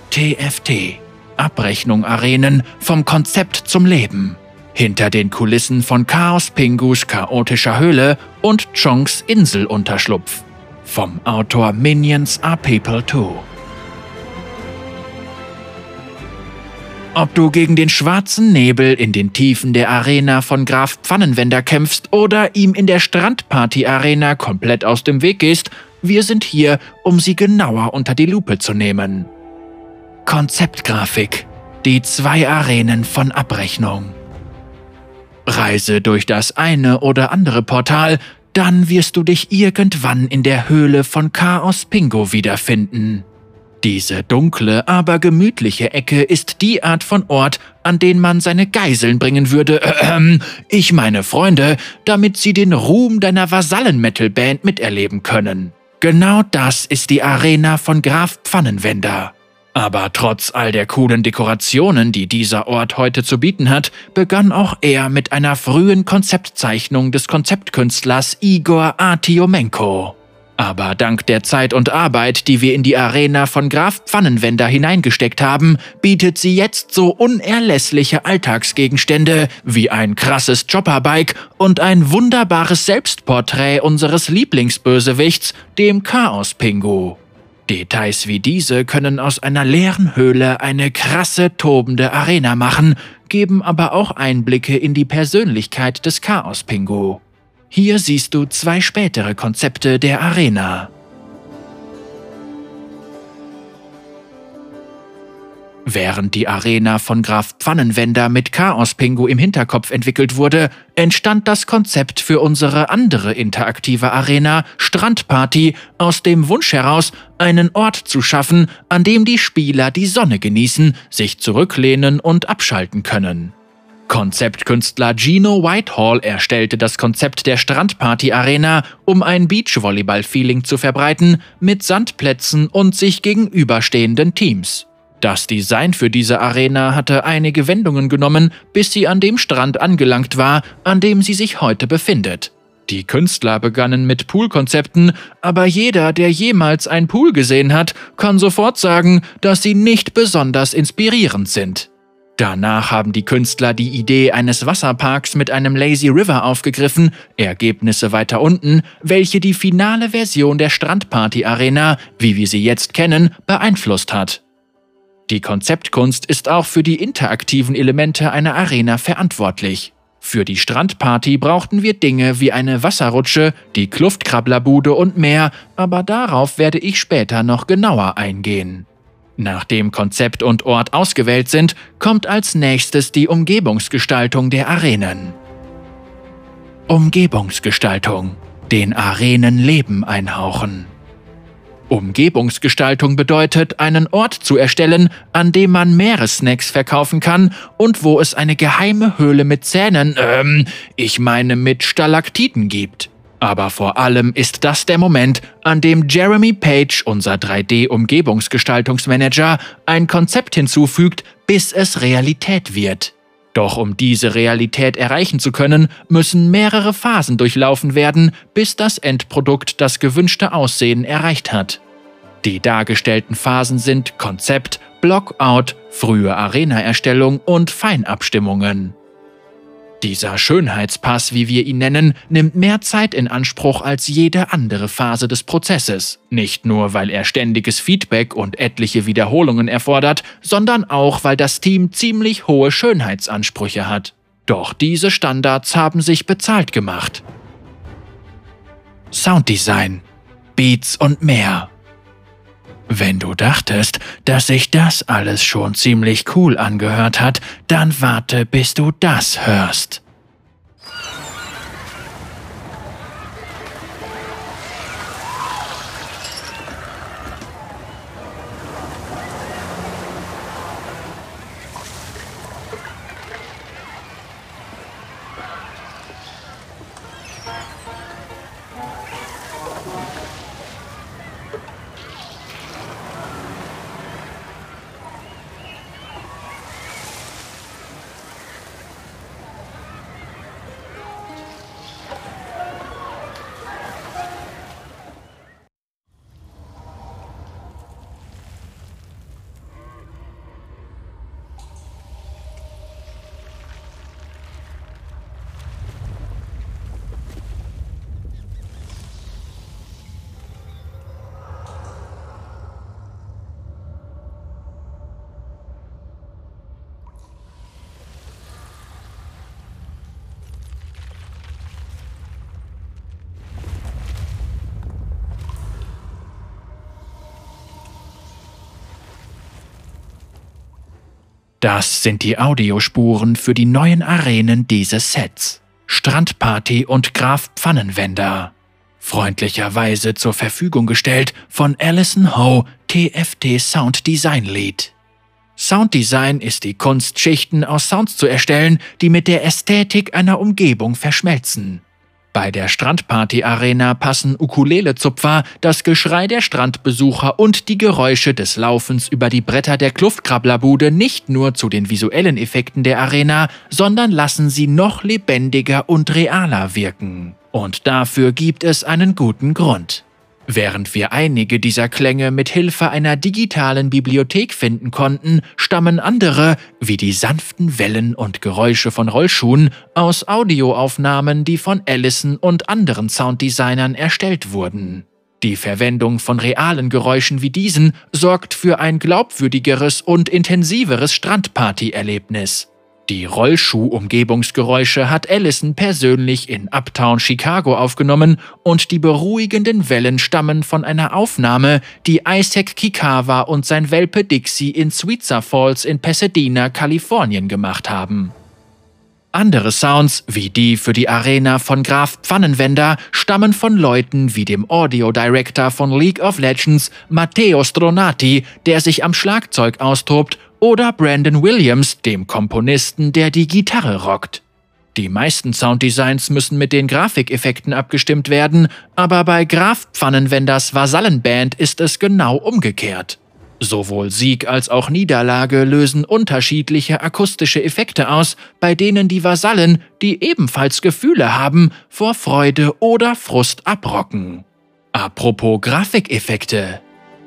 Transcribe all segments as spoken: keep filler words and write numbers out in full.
T F T. Abrechnung Arenen vom Konzept zum Leben. Hinter den Kulissen von Chaos Pingus chaotischer Höhle und Chongs Inselunterschlupf. Vom Autor Minions Are People Too. Ob du gegen den schwarzen Nebel in den Tiefen der Arena von Graf Pfannenwender kämpfst oder ihm in der Strandparty-Arena komplett aus dem Weg gehst, wir sind hier, um sie genauer unter die Lupe zu nehmen. Konzeptgrafik. Die zwei Arenen von Abrechnung. Reise durch das eine oder andere Portal, dann wirst du dich irgendwann in der Höhle von Chaos Pingu wiederfinden. Diese dunkle, aber gemütliche Ecke ist die Art von Ort, an den man seine Geiseln bringen würde, äh, ich meine Freunde, damit sie den Ruhm deiner Vasallen-Metal-Band miterleben können. Genau das ist die Arena von Graf Pfannenwender. Aber trotz all der coolen Dekorationen, die dieser Ort heute zu bieten hat, begann auch er mit einer frühen Konzeptzeichnung des Konzeptkünstlers Igor Artyomenko. Aber dank der Zeit und Arbeit, die wir in die Arena von Graf Pfannenwender hineingesteckt haben, bietet sie jetzt so unerlässliche Alltagsgegenstände wie ein krasses Chopperbike und ein wunderbares Selbstporträt unseres Lieblingsbösewichts, dem Chaos Pingu. Details wie diese können aus einer leeren Höhle eine krasse, tobende Arena machen, geben aber auch Einblicke in die Persönlichkeit des Chaos Pingu. Hier siehst du zwei spätere Konzepte der Arena. Während die Arena von Graf Pfannenwender mit Chaos Pingu im Hinterkopf entwickelt wurde, entstand das Konzept für unsere andere interaktive Arena, Strandparty, aus dem Wunsch heraus, einen Ort zu schaffen, an dem die Spieler die Sonne genießen, sich zurücklehnen und abschalten können. Konzeptkünstler Gino Whitehall erstellte das Konzept der Strandparty-Arena, um ein Beachvolleyball-Feeling zu verbreiten, mit Sandplätzen und sich gegenüberstehenden Teams. Das Design für diese Arena hatte einige Wendungen genommen, bis sie an dem Strand angelangt war, an dem sie sich heute befindet. Die Künstler begannen mit Poolkonzepten, aber jeder, der jemals ein Pool gesehen hat, kann sofort sagen, dass sie nicht besonders inspirierend sind. Danach haben die Künstler die Idee eines Wasserparks mit einem Lazy River aufgegriffen, Ergebnisse weiter unten, welche die finale Version der Strandparty-Arena, wie wir sie jetzt kennen, beeinflusst hat. Die Konzeptkunst ist auch für die interaktiven Elemente einer Arena verantwortlich. Für die Strandparty brauchten wir Dinge wie eine Wasserrutsche, die Kluftkrabblerbude und mehr, aber darauf werde ich später noch genauer eingehen. Nachdem Konzept und Ort ausgewählt sind, kommt als nächstes die Umgebungsgestaltung der Arenen. Umgebungsgestaltung. Den Arenen Leben einhauchen. Umgebungsgestaltung bedeutet, einen Ort zu erstellen, an dem man Meeressnacks verkaufen kann und wo es eine geheime Höhle mit Zähnen, ähm, ich meine mit Stalaktiten gibt. Aber vor allem ist das der Moment, an dem Jeremy Page, unser drei D-Umgebungsgestaltungsmanager, ein Konzept hinzufügt, bis es Realität wird. Doch um diese Realität erreichen zu können, müssen mehrere Phasen durchlaufen werden, bis das Endprodukt das gewünschte Aussehen erreicht hat. Die dargestellten Phasen sind Konzept, Blockout, frühe Arena-Erstellung und Feinabstimmungen. Dieser Schönheitspass, wie wir ihn nennen, nimmt mehr Zeit in Anspruch als jede andere Phase des Prozesses. Nicht nur, weil er ständiges Feedback und etliche Wiederholungen erfordert, sondern auch, weil das Team ziemlich hohe Schönheitsansprüche hat. Doch diese Standards haben sich bezahlt gemacht. Sounddesign, Beats und mehr. Wenn du dachtest, dass sich das alles schon ziemlich cool angehört hat, dann warte, bis du das hörst. Das sind die Audiospuren für die neuen Arenen dieses Sets. Strandparty und Graf Pfannenwender. Freundlicherweise zur Verfügung gestellt von Alison Ho, T F T Sound Design Lead. Sounddesign ist die Kunst, Schichten aus Sounds zu erstellen, die mit der Ästhetik einer Umgebung verschmelzen. Bei der Strandparty-Arena passen Ukulele-Zupfer, das Geschrei der Strandbesucher und die Geräusche des Laufens über die Bretter der Kluftkrabblerbude nicht nur zu den visuellen Effekten der Arena, sondern lassen sie noch lebendiger und realer wirken. Und dafür gibt es einen guten Grund. Während wir einige dieser Klänge mit Hilfe einer digitalen Bibliothek finden konnten, stammen andere, wie die sanften Wellen und Geräusche von Rollschuhen, aus Audioaufnahmen, die von Alison und anderen Sounddesignern erstellt wurden. Die Verwendung von realen Geräuschen wie diesen sorgt für ein glaubwürdigeres und intensiveres Strandparty-Erlebnis. Die Rollschuh-Umgebungsgeräusche hat Alison persönlich in Uptown Chicago aufgenommen und die beruhigenden Wellen stammen von einer Aufnahme, die Isaac Kikawa und sein Welpe Dixie in Sweetser Falls in Pasadena, Kalifornien gemacht haben. Andere Sounds, wie die für die Arena von Graf Pfannenwender, stammen von Leuten wie dem Audio Director von League of Legends, Matteo Stronati, der sich am Schlagzeug austobt, oder Brandon Williams, dem Komponisten, der die Gitarre rockt. Die meisten Sounddesigns müssen mit den Grafikeffekten abgestimmt werden, aber bei Graf Pfannenwenders Vasallenband ist es genau umgekehrt. Sowohl Sieg als auch Niederlage lösen unterschiedliche akustische Effekte aus, bei denen die Vasallen, die ebenfalls Gefühle haben, vor Freude oder Frust abrocken. Apropos Grafikeffekte.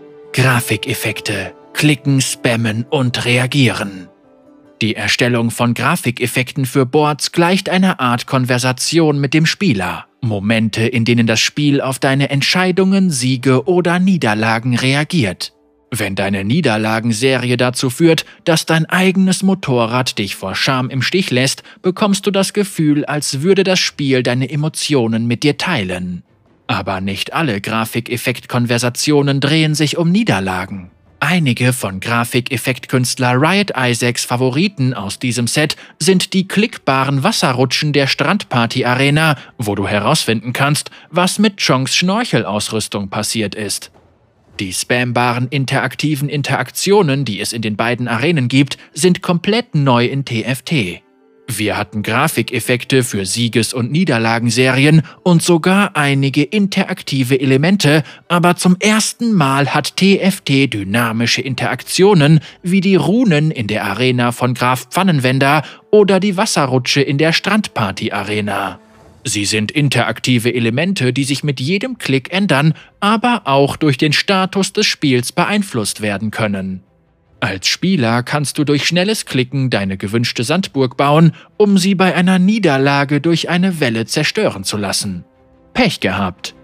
Grafikeffekte. Klicken, spammen und reagieren. Die Erstellung von Grafikeffekten für Boards gleicht einer Art Konversation mit dem Spieler. Momente, in denen das Spiel auf deine Entscheidungen, Siege oder Niederlagen reagiert. Wenn deine Niederlagenserie dazu führt, dass dein eigenes Motorrad dich vor Scham im Stich lässt, bekommst du das Gefühl, als würde das Spiel deine Emotionen mit dir teilen. Aber nicht alle Grafikeffekt-Konversationen drehen sich um Niederlagen. Einige von Grafikeffektkünstler Riot Isaacs Favoriten aus diesem Set sind die klickbaren Wasserrutschen der Strandparty-Arena, wo du herausfinden kannst, was mit Chongs Schnorchelausrüstung passiert ist. Die spambaren interaktiven Interaktionen, die es in den beiden Arenen gibt, sind komplett neu in T F T. Wir hatten Grafikeffekte für Sieges- und Niederlagenserien und sogar einige interaktive Elemente, aber zum ersten Mal hat T F T dynamische Interaktionen wie die Runen in der Arena von Graf Pfannenwender oder die Wasserrutsche in der Strandparty-Arena. Sie sind interaktive Elemente, die sich mit jedem Klick ändern, aber auch durch den Status des Spiels beeinflusst werden können. Als Spieler kannst du durch schnelles Klicken deine gewünschte Sandburg bauen, um sie bei einer Niederlage durch eine Welle zerstören zu lassen. Pech gehabt!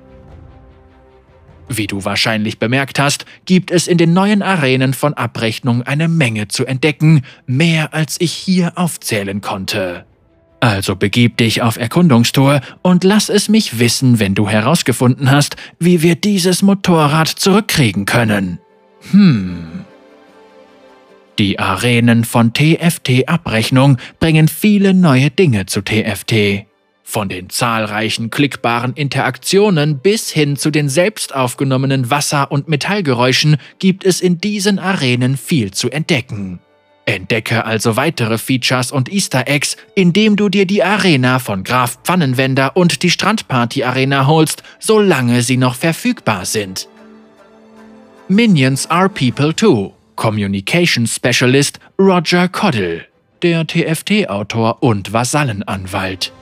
Wie du wahrscheinlich bemerkt hast, gibt es in den neuen Arenen von Abrechnung eine Menge zu entdecken, mehr als ich hier aufzählen konnte. Also begib dich auf Erkundungstour und lass es mich wissen, wenn du herausgefunden hast, wie wir dieses Motorrad zurückkriegen können. Hm... Die Arenen von T F T-Abrechnung bringen viele neue Dinge zu T F T. Von den zahlreichen klickbaren Interaktionen bis hin zu den selbst aufgenommenen Wasser- und Metallgeräuschen gibt es in diesen Arenen viel zu entdecken. Entdecke also weitere Features und Easter Eggs, indem du dir die Arena von Graf Pfannenwender und die Strandparty-Arena holst, solange sie noch verfügbar sind. Minions are people too. Communication Specialist Roger Coddle, der T F T-Autor und Vasallenanwalt.